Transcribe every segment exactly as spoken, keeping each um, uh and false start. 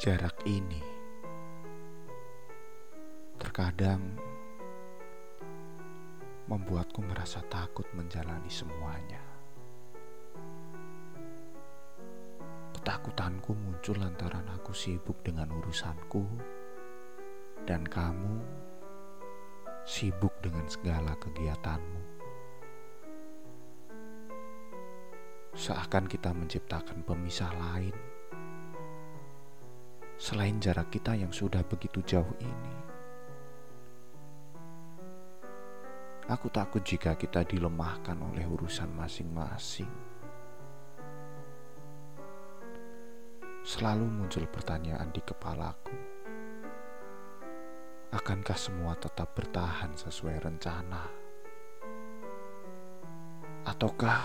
Jarak ini terkadang membuatku merasa takut menjalani semuanya. Ketakutanku muncul lantaran aku sibuk dengan urusanku dan kamu sibuk dengan segala kegiatanmu. Seakan kita menciptakan pemisah lain selain jarak kita yang sudah begitu jauh ini. Aku takut jika kita dilemahkan oleh urusan masing-masing. Selalu muncul pertanyaan di kepalaku. Akankah semua tetap bertahan sesuai rencana? Ataukah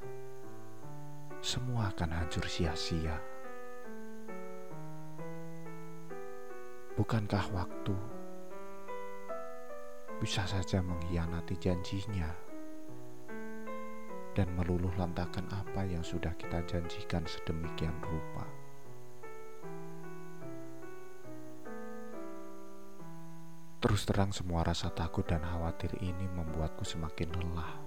semua akan hancur sia-sia? Bukankah waktu bisa saja mengkhianati janjinya dan meluluh lantakan apa yang sudah kita janjikan sedemikian rupa? Terus terang, semua rasa takut dan khawatir ini membuatku semakin lelah.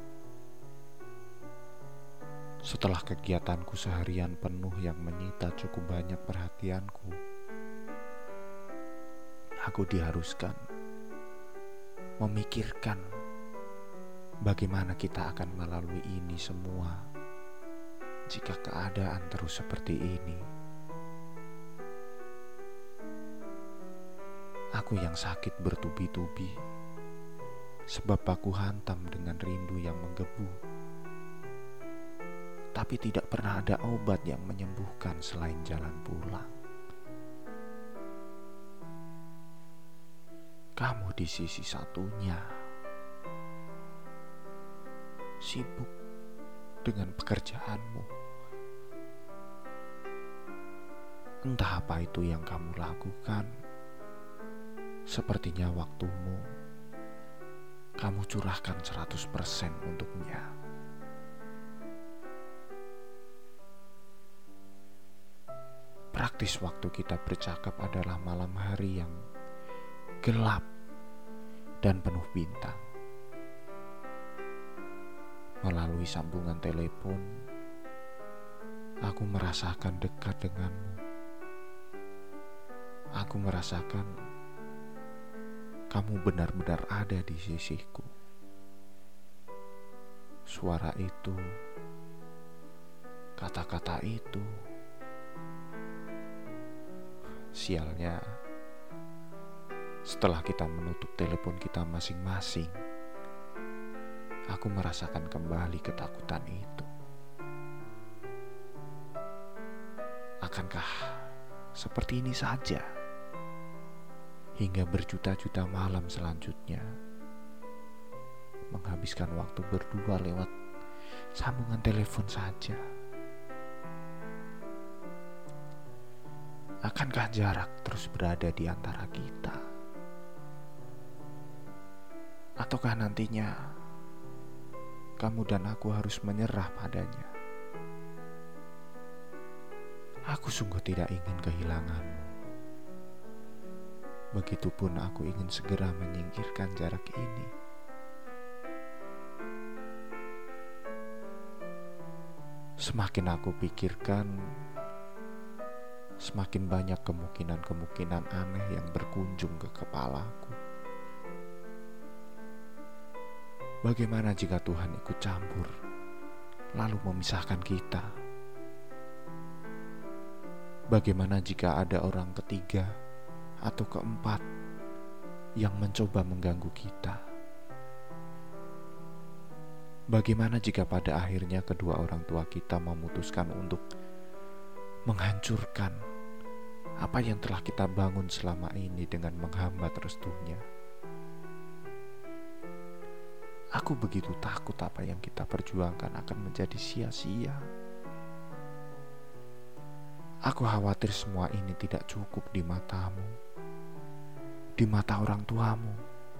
Setelah kegiatanku seharian penuh yang menyita cukup banyak perhatianku, aku diharuskan memikirkan bagaimana kita akan melalui ini semua jika keadaan terus seperti ini. Aku yang sakit bertubi-tubi sebab aku hantam dengan rindu yang menggebu, tapi tidak pernah ada obat yang menyembuhkan selain jalan pulang. Kamu di sisi satunya sibuk dengan pekerjaanmu. Entah apa itu yang kamu lakukan. Sepertinya waktumu kamu curahkan seratus persen untuknya. Praktis waktu kita bercakap adalah malam hari yang gelap dan penuh bintang. Melalui sambungan telepon, aku merasakan dekat denganmu. Aku merasakan kamu benar-benar ada di sisiku. Suara itu, kata-kata itu, sialnya, setelah kita menutup telepon kita masing-masing, aku merasakan kembali ketakutan itu. Akankah seperti ini saja hingga berjuta-juta malam selanjutnya, menghabiskan waktu berdua lewat sambungan telepon saja? Akankah jarak terus berada di antara kita? Ataukah nantinya kamu dan aku harus menyerah padanya? Aku sungguh tidak ingin kehilanganmu. Begitupun aku ingin segera menyingkirkan jarak ini. Semakin aku pikirkan, semakin banyak kemungkinan-kemungkinan aneh yang berkunjung ke kepalaku. Bagaimana jika Tuhan ikut campur, lalu memisahkan kita? Bagaimana jika ada orang ketiga atau keempat yang mencoba mengganggu kita? Bagaimana jika pada akhirnya kedua orang tua kita memutuskan untuk menghancurkan apa yang telah kita bangun selama ini dengan menghambat restunya? Aku begitu takut apa yang kita perjuangkan akan menjadi sia-sia. Aku khawatir semua ini tidak cukup di matamu, di mata orang tuamu.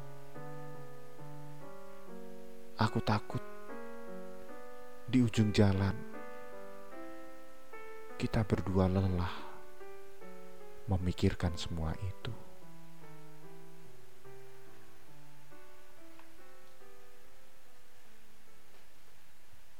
Aku takut di ujung jalan kita berdua lelah memikirkan semua itu.